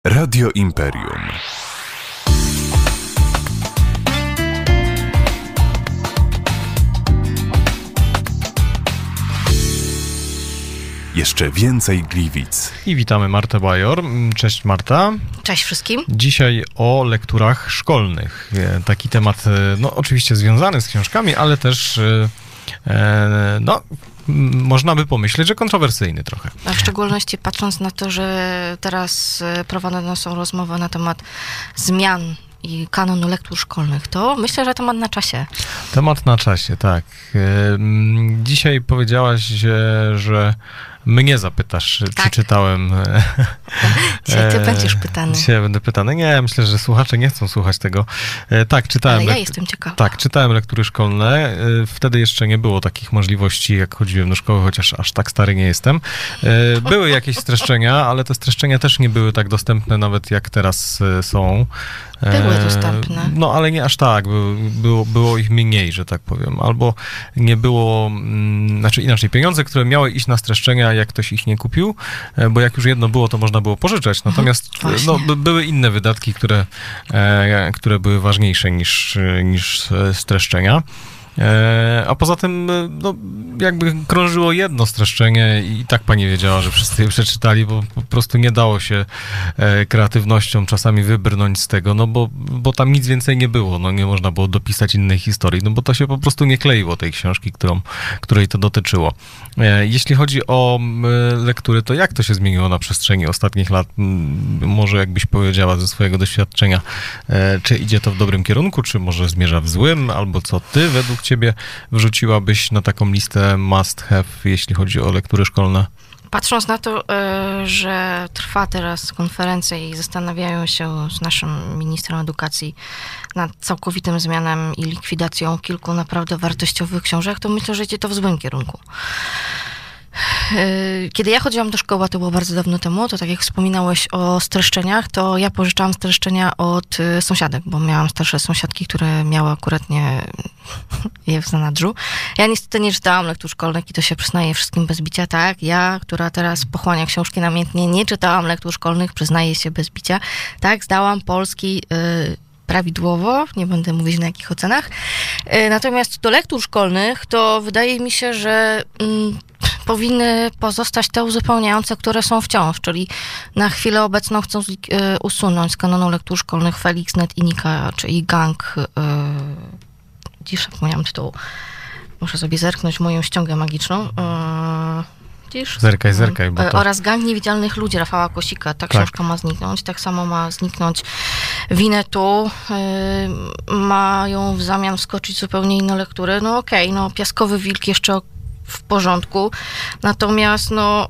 Radio Imperium. Jeszcze więcej Gliwic. I witamy Martę Bajor. Cześć Marta. Cześć wszystkim. Dzisiaj o lekturach szkolnych. Taki temat, no oczywiście związany z książkami, ale też, można by pomyśleć, że kontrowersyjny trochę. A w szczególności patrząc na to, że teraz prowadzone są rozmowy na temat zmian i kanonu lektur szkolnych, to myślę, że temat na czasie. Temat na czasie, tak. Dzisiaj powiedziałaś, że mnie zapytasz, tak. Czy czytałem... Dzisiaj ty będziesz pytany. Dzisiaj będę pytany. Nie, myślę, że słuchacze nie chcą słuchać tego. Tak, czytałem... Ale ja jestem ciekawa. Tak, czytałem lektury szkolne. Wtedy jeszcze nie było takich możliwości, jak chodziłem do szkoły, chociaż aż tak stary nie jestem. Były jakieś streszczenia, ale te streszczenia też nie były tak dostępne nawet jak teraz są. Były dostępne. No, ale nie aż tak. Było ich mniej, że tak powiem. Albo nie było... Znaczy inaczej, pieniądze, które miały iść na streszczenia, jak ktoś ich nie kupił, bo jak już jedno było, to można było pożyczać. Natomiast były inne wydatki, które były ważniejsze niż streszczenia. A poza tym, no, jakby krążyło jedno streszczenie i tak pani wiedziała, że wszyscy je przeczytali, bo po prostu nie dało się kreatywnością czasami wybrnąć z tego, no bo tam nic więcej nie było, no nie można było dopisać innej historii, no bo to się po prostu nie kleiło tej książki, której to dotyczyło. Jeśli chodzi o lektury, to jak to się zmieniło na przestrzeni ostatnich lat? Może jakbyś powiedziała ze swojego doświadczenia, czy idzie to w dobrym kierunku, czy może zmierza w złym, albo co ty według ciebie wrzuciłabyś na taką listę must have, jeśli chodzi o lektury szkolne? Patrząc na to, że trwa teraz konferencja i zastanawiają się z naszym ministrem edukacji nad całkowitym zmianą i likwidacją kilku naprawdę wartościowych książek, to myślę, że idzie to w złym kierunku. Kiedy ja chodziłam do szkoły, to było bardzo dawno temu, to tak jak wspominałeś o streszczeniach, to ja pożyczałam streszczenia od sąsiadek, bo miałam starsze sąsiadki, które miały akurat je w zanadrzu. Ja niestety nie czytałam lektur szkolnych i to się przyznaję wszystkim bez bicia, tak? Ja, która teraz pochłania książki namiętnie, nie czytałam lektur szkolnych, przyznaję się bez bicia. Tak, zdałam polski prawidłowo, nie będę mówić na jakich ocenach. Natomiast do lektur szkolnych to wydaje mi się, że powinny pozostać te uzupełniające, które są wciąż, czyli na chwilę obecną chcą usunąć z kanonu lektur szkolnych Felix, Ned i Nika, czyli Gang. Dziś zapomniałam tytułu. Muszę sobie zerknąć moją ściągę magiczną. Zerkaj. Bo to... Oraz Gang Niewidzialnych Ludzi Rafała Kosika. Ta książka ma zniknąć. Tak samo ma zniknąć Winnetu. Mają w zamian wskoczyć zupełnie inne lektury. No okej, Piaskowy Wilk jeszcze w porządku. Natomiast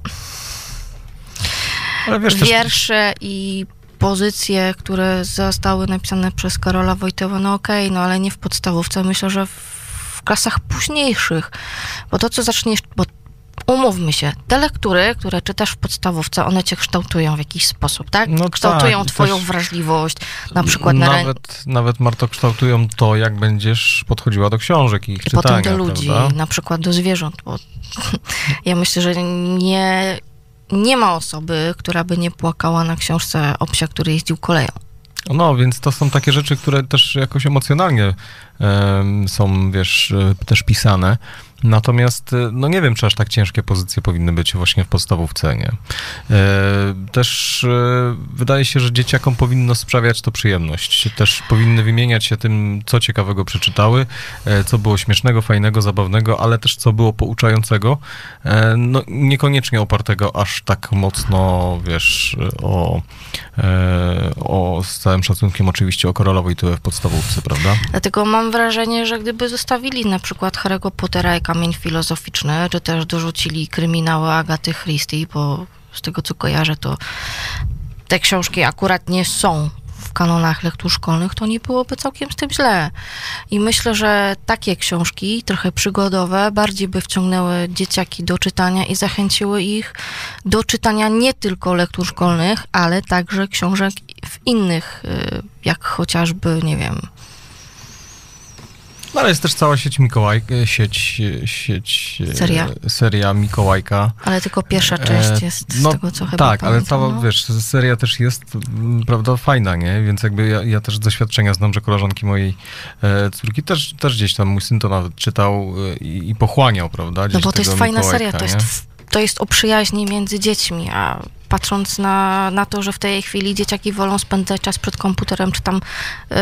ale wiesz, wiersze i pozycje, które zostały napisane przez Karola Wojtyłę, ale nie w podstawówce. Myślę, że w klasach późniejszych. Bo to, co zaczniesz... Umówmy się, te lektury, które czytasz w podstawówce, one cię kształtują w jakiś sposób, tak? Kształtują tak, twoją wrażliwość, na przykład Nawet, Marto, kształtują to, jak będziesz podchodziła do książek i ich czytania, potem do ludzi, prawda? na przykład do zwierząt, bo ja myślę, że nie ma osoby, która by nie płakała na książce o psie, który jeździł koleją. No, więc to są takie rzeczy, które też jakoś emocjonalnie są, wiesz, też pisane. Natomiast, nie wiem, czy aż tak ciężkie pozycje powinny być właśnie w podstawówce, nie? Też wydaje się, że dzieciakom powinno sprawiać to przyjemność. Też powinny wymieniać się tym, co ciekawego przeczytały, co było śmiesznego, fajnego, zabawnego, ale też co było pouczającego. Niekoniecznie opartego aż tak mocno, wiesz, z całym szacunkiem oczywiście o Karola Wojtyłę w podstawówce, prawda? Dlatego mam wrażenie, że gdyby zostawili na przykład Harry'ego Pottera i Kamień Filozoficzny, czy też dorzucili kryminały Agaty Christie, bo z tego co kojarzę, to te książki akurat nie są w kanonach lektur szkolnych, to nie byłoby całkiem z tym źle. I myślę, że takie książki, trochę przygodowe, bardziej by wciągnęły dzieciaki do czytania i zachęciły ich do czytania nie tylko lektur szkolnych, ale także książek w innych, jak chociażby, nie wiem, No ale jest też cała sieć seria Mikołajka. Ale tylko pierwsza część jest z tego, co chyba tak, pamiętam. ale cała, wiesz, seria też jest, prawda, fajna, nie? Więc jakby ja też z doświadczenia znam, że koleżanki mojej córki też gdzieś tam, mój syn to nawet czytał i pochłaniał, prawda? No bo to jest fajna Mikołajka, seria, to jest o przyjaźni między dziećmi, a patrząc na to, że w tej chwili dzieciaki wolą spędzać czas przed komputerem, czy tam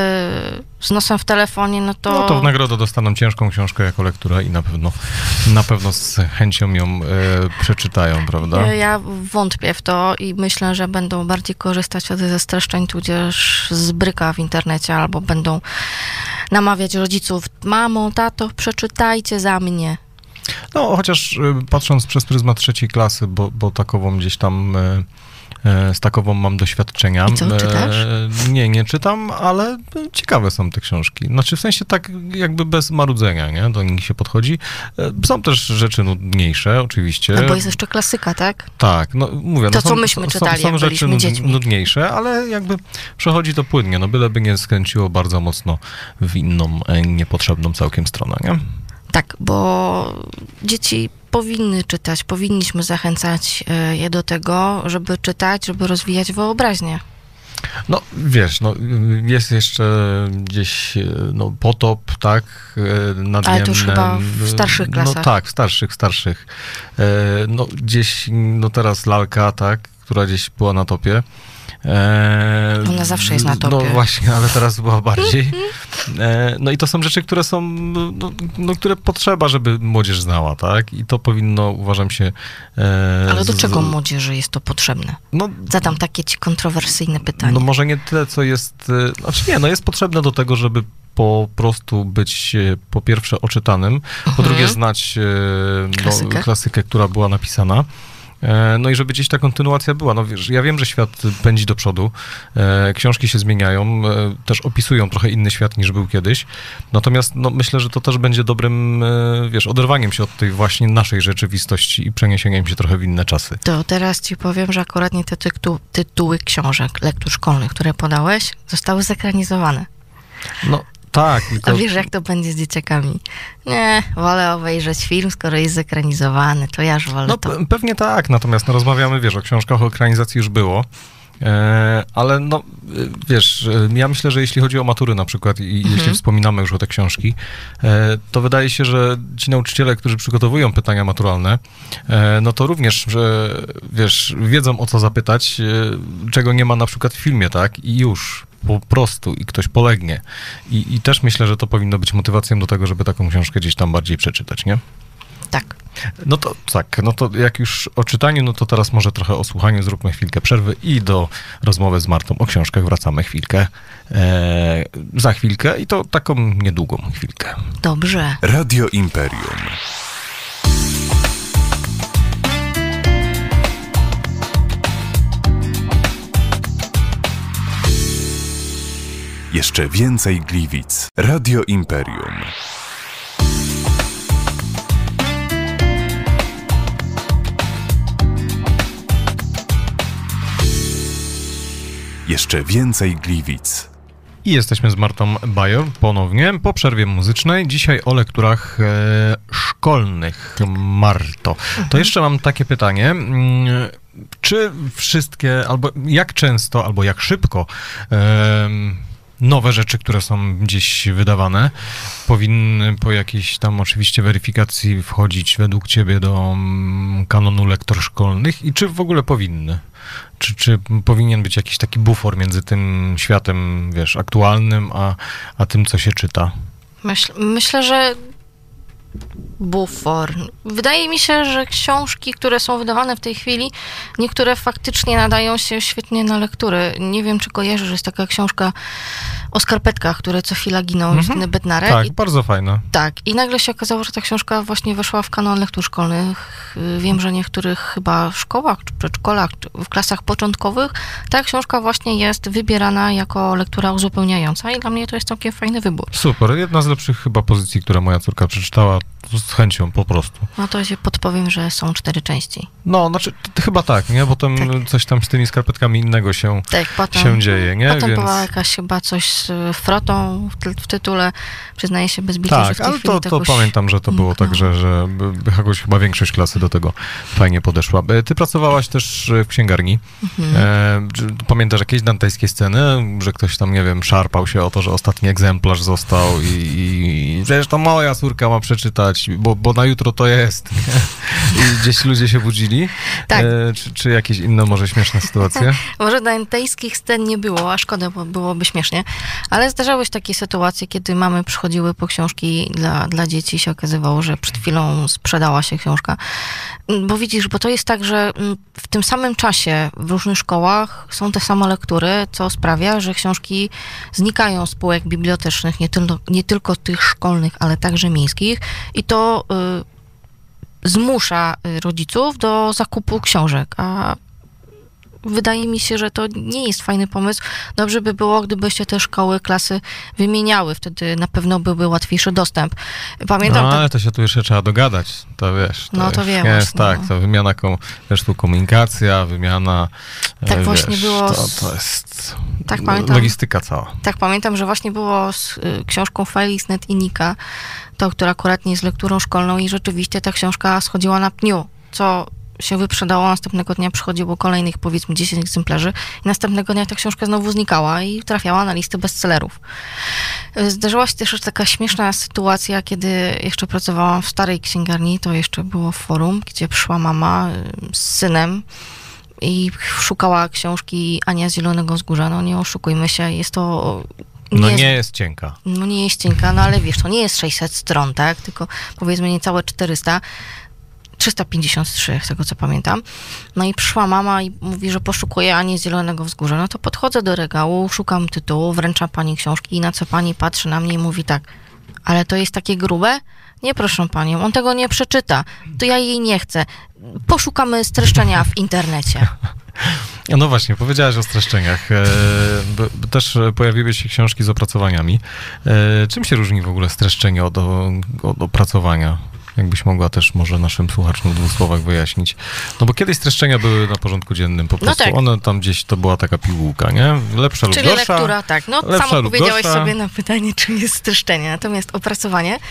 z nosem w telefonie, no to... No to w nagrodę dostaną ciężką książkę jako lekturę i na pewno z chęcią ją przeczytają, prawda? Ja wątpię w to i myślę, że będą bardziej korzystać ze streszczeń, tudzież z bryka w internecie, albo będą namawiać rodziców: mamo, tato, przeczytajcie za mnie. No, chociaż patrząc przez pryzmat 3. klasy, bo takową gdzieś tam, z takową mam doświadczenia. I co, czytasz? Nie czytam, ale ciekawe są te książki. Znaczy w sensie tak jakby bez marudzenia, nie? Do nich się podchodzi. Są też rzeczy nudniejsze, oczywiście. No bo jest jeszcze klasyka, tak? Tak, no mówię. To, co myśmy czytali, są jak rzeczy byliśmy dziećmi. nudniejsze, ale jakby przechodzi to płynnie, no byleby nie skręciło bardzo mocno w inną, niepotrzebną całkiem stronę, nie? Tak, bo dzieci powinny czytać, powinniśmy zachęcać je do tego, żeby czytać, żeby rozwijać wyobraźnię. No, wiesz, no, jest jeszcze gdzieś, no, Potop, tak, nad Ale to już Niemnem. chyba w starszych klasach. No tak, w starszych. No, gdzieś, no teraz Lalka, tak, która gdzieś była na topie. Ona zawsze jest na topie. No właśnie, ale teraz była bardziej. No i to są rzeczy, które są, no, które potrzeba, żeby młodzież znała, tak? I to powinno, uważam się... Ale do czego młodzieży jest to potrzebne? No, Zadam takie ci kontrowersyjne pytanie. No może nie tyle, co jest... Znaczy nie, no jest potrzebne do tego, żeby po prostu być po pierwsze oczytanym, po drugie znać klasykę, która była napisana. No i żeby gdzieś ta kontynuacja była. No wiesz, ja wiem, że świat pędzi do przodu, książki się zmieniają, też opisują trochę inny świat niż był kiedyś, natomiast no, myślę, że to też będzie dobrym, wiesz, oderwaniem się od tej właśnie naszej rzeczywistości i przeniesieniem się trochę w inne czasy. To teraz ci powiem, że akurat nie te tytuły książek, lektur szkolnych, które podałeś, zostały zekranizowane. No tak. Tylko... A wiesz, jak to będzie z dzieciakami? Nie, wolę obejrzeć film, skoro jest zekranizowany, to ja już wolę to. Pewnie tak, natomiast no, rozmawiamy, wiesz, o książkach o ekranizacji już było, ale no, wiesz, ja myślę, że jeśli chodzi o matury na przykład i jeśli wspominamy już o te książki, to wydaje się, że ci nauczyciele, którzy przygotowują pytania maturalne, no to również, że wiesz, wiedzą o co zapytać, czego nie ma na przykład w filmie, tak? I już po prostu i ktoś polegnie. I też myślę, że to powinno być motywacją do tego, żeby taką książkę gdzieś tam bardziej przeczytać, nie? Tak. No to tak, no to jak już o czytaniu, no to teraz może trochę o słuchaniu, zróbmy chwilkę przerwy i do rozmowy z Martą o książkach wracamy za chwilkę i to taką niedługą chwilkę. Dobrze. Radio Imperium. Jeszcze więcej Gliwic. Radio Imperium. Jeszcze więcej Gliwic. I jesteśmy z Martą Bajor ponownie po przerwie muzycznej. Dzisiaj o lekturach szkolnych. Marto, to jeszcze mam takie pytanie. Czy wszystkie, albo jak często, albo jak szybko nowe rzeczy, które są gdzieś wydawane, powinny po jakiejś tam oczywiście weryfikacji wchodzić według ciebie do kanonu lektur szkolnych i czy w ogóle powinny? Czy powinien być jakiś taki bufor między tym światem, wiesz, aktualnym, a tym, co się czyta? Myślę, że bufor. Wydaje mi się, że książki, które są wydawane w tej chwili, niektóre faktycznie nadają się świetnie na lektury. Nie wiem, czy kojarzysz, że jest taka książka o skarpetkach, które co chwila giną, Justyny Bednarek. Tak, bardzo fajna. Tak, i nagle się okazało, że ta książka właśnie weszła w kanon lektur szkolnych. Wiem, że w niektórych chyba szkołach, czy przedszkolach, czy w klasach początkowych ta książka właśnie jest wybierana jako lektura uzupełniająca i dla mnie to jest całkiem fajny wybór. Super, jedna z lepszych chyba pozycji, które moja córka przeczytała z chęcią, po prostu. No to się podpowiem, że są 4 części. No, znaczy, chyba tak, nie? Potem coś tam z tymi skarpetkami innego się dzieje, nie? Potem była jakaś chyba coś z frotą w tytule, przyznaję się bez bicia, że w tej ale chwili to pamiętam, że to było tak, że jakoś chyba większość klasy do tego fajnie podeszła. Ty pracowałaś też w księgarni. Pamiętasz jakieś dantejskie sceny, że ktoś tam, nie wiem, szarpał się o to, że ostatni egzemplarz został i przecież to moja córka ma przeczytać, bo na jutro to jest. I gdzieś ludzie się budzili? Tak. Czy jakieś inne może śmieszne sytuacje? Może dantejskich scen nie było, a szkoda, bo byłoby śmiesznie. Ale zdarzały się takie sytuacje, kiedy mamy przychodziły po książki dla dzieci i się okazywało, że przed chwilą sprzedała się książka. Bo widzisz, bo to jest tak, że w tym samym czasie w różnych szkołach są te same lektury, co sprawia, że książki znikają z półek bibliotecznych, nie tylko tych szkolnych, ale także miejskich. I to zmusza rodziców do zakupu książek, a wydaje mi się, że to nie jest fajny pomysł. Dobrze by było, gdyby się te szkoły, klasy wymieniały. Wtedy na pewno byłby łatwiejszy dostęp. Pamiętam... ale to się tu jeszcze trzeba dogadać. To wiesz. To wiem. Jest tak, to wymiana, wiesz, tu komunikacja, wymiana... Tak właśnie było... To jest tak, pamiętam, logistyka cała. Tak, pamiętam, że właśnie było z książką Felix.net i Nika, to, która akurat nie jest lekturą szkolną i rzeczywiście ta książka schodziła na pniu, co się wyprzedało, następnego dnia przychodziło kolejnych, powiedzmy, 10 egzemplarzy i następnego dnia ta książka znowu znikała i trafiała na listę bestsellerów. Zdarzyła się też taka śmieszna sytuacja, kiedy jeszcze pracowałam w starej księgarni, to jeszcze było w forum, gdzie przyszła mama z synem i szukała książki Ania z Zielonego Wzgórza. No nie oszukujmy się, jest to... nie jest cienka. No nie jest cienka, no ale wiesz, to nie jest 600 stron, tak? Tylko powiedzmy niecałe 400. 353, z tego co pamiętam. No i przyszła mama i mówi, że poszukuje Ani z Zielonego Wzgórza. No to podchodzę do regału, szukam tytułu, wręczam pani książki i na co pani patrzy na mnie i mówi tak, ale to jest takie grube? Nie, proszę panią, on tego nie przeczyta. To ja jej nie chcę. Poszukamy streszczenia w internecie. No właśnie, powiedziałaś o streszczeniach. Też pojawiły się książki z opracowaniami. Czym się różni w ogóle streszczenie od opracowania? Jakbyś mogła też może naszym słuchaczom w 2 słowach wyjaśnić. No bo kiedyś streszczenia były na porządku dziennym, po prostu. Tak. One tam gdzieś, to była taka pigułka, nie? Lepsza lub gorsza. Czyli lektura, tak. No sam odpowiedziałeś sobie na pytanie, czym jest streszczenie. Natomiast opracowanie...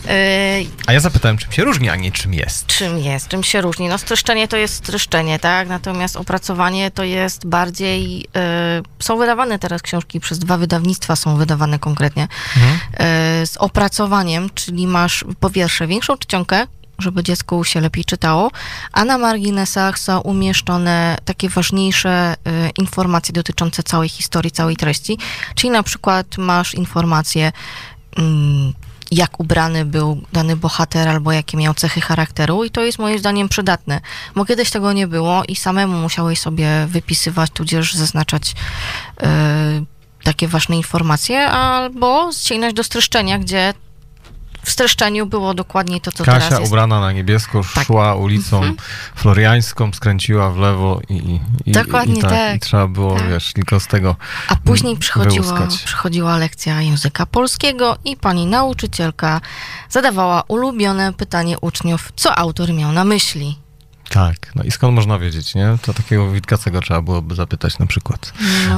A ja zapytałem, czym się różni, a nie czym jest. Czym się różni? No streszczenie to jest streszczenie, tak? Natomiast opracowanie to jest bardziej... są wydawane teraz książki, przez 2 wydawnictwa są wydawane konkretnie. Z opracowaniem, czyli masz po pierwsze większą czcionkę, żeby dziecku się lepiej czytało, a na marginesach są umieszczone takie ważniejsze informacje dotyczące całej historii, całej treści. Czyli na przykład masz informację, jak ubrany był dany bohater, albo jakie miał cechy charakteru i to jest moim zdaniem przydatne, bo kiedyś tego nie było i samemu musiałeś sobie wypisywać, tudzież zaznaczać takie ważne informacje, albo sięgnąć do streszczenia, gdzie w streszczeniu było dokładnie to, co Kasia teraz jest. Ubrana na niebiesko szła ulicą Floriańską, skręciła w lewo i dokładnie tak. I trzeba było, wiesz, tylko z tego a później przychodziła lekcja języka polskiego i pani nauczycielka zadawała ulubione pytanie uczniów, co autor miał na myśli. Tak, no i skąd można wiedzieć, nie? To takiego Witkacego trzeba byłoby zapytać na przykład.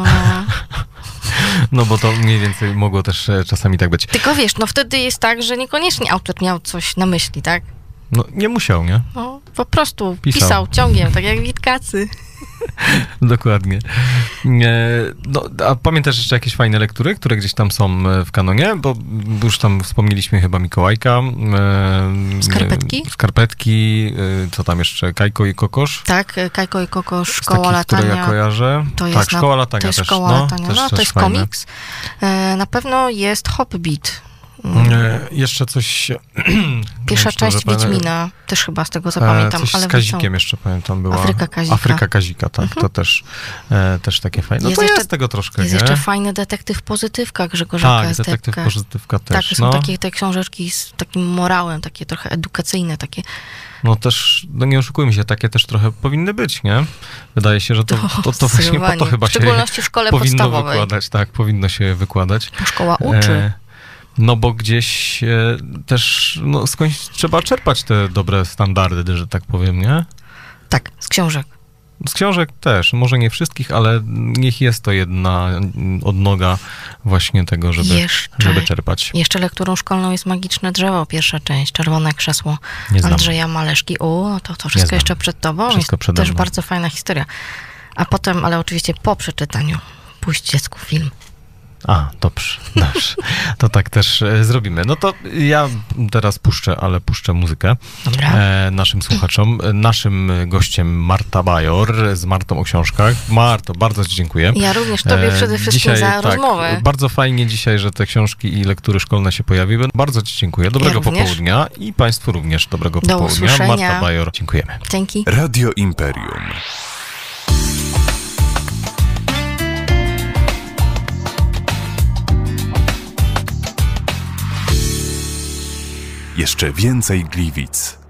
No bo to mniej więcej mogło też czasami tak być. Tylko wiesz, no wtedy jest tak, że niekoniecznie autor miał coś na myśli, tak? No nie musiał, nie? No po prostu pisał ciągiem, tak jak Witkacy. Dokładnie. No, a pamiętasz jeszcze jakieś fajne lektury, które gdzieś tam są w kanonie? Bo już tam wspomnieliśmy chyba Mikołajka. Skarpetki, co tam jeszcze? Kajko i Kokosz? Tak, Kajko i Kokosz, Szkoła Latania. Które ja kojarzę. To jest Szkoła Latania to jest też. Szkoła Latania. Też to jest fajne. komiks. Na pewno jest Hobbit. Jeszcze coś... Pierwsza część Wiedźmina, też chyba z tego co pamiętam. Coś ale z Kazikiem jeszcze pamiętam była. Afryka Kazika, tak. To też takie fajne. No to jest tego troszkę, jest nie? jeszcze fajny Detektyw Pozytywka Grzegorza Tak, Detektyw Pozytywka też. Tak, są takie te książeczki z takim morałem, takie trochę edukacyjne, takie. No też, no nie oszukujmy się, takie też trochę powinny być, nie? Wydaje się, że to właśnie po to chyba się w szczególności w szkole powinno podstawowej. wykładać, tak, powinno się wykładać. Szkoła uczy. No bo gdzieś też skądś trzeba czerpać te dobre standardy, że tak powiem, nie? Tak, z książek. Z książek też, może nie wszystkich, ale niech jest to jedna odnoga właśnie tego, żeby czerpać. Jeszcze lekturą szkolną jest Magiczne drzewo, pierwsza część, Czerwone krzesło Andrzeja Maleszki. To wszystko jeszcze przed tobą. Wszystko przede mną. Też bardzo fajna historia. A potem, ale oczywiście po przeczytaniu, puść dziecku film. Dobrze. To tak też zrobimy. No to ja teraz puszczę muzykę naszym słuchaczom. Naszym gościem Marta Bajor, z Martą o książkach. Marto, bardzo ci dziękuję. Ja również tobie przede wszystkim za rozmowę. Bardzo fajnie dzisiaj, że te książki i lektury szkolne się pojawiły. Bardzo ci dziękuję. Dobrego popołudnia i państwu również dobrego popołudnia. Usłyszenia. Marta Bajor, dziękujemy. Dzięki. Radio Imperium. Jeszcze więcej Gliwic.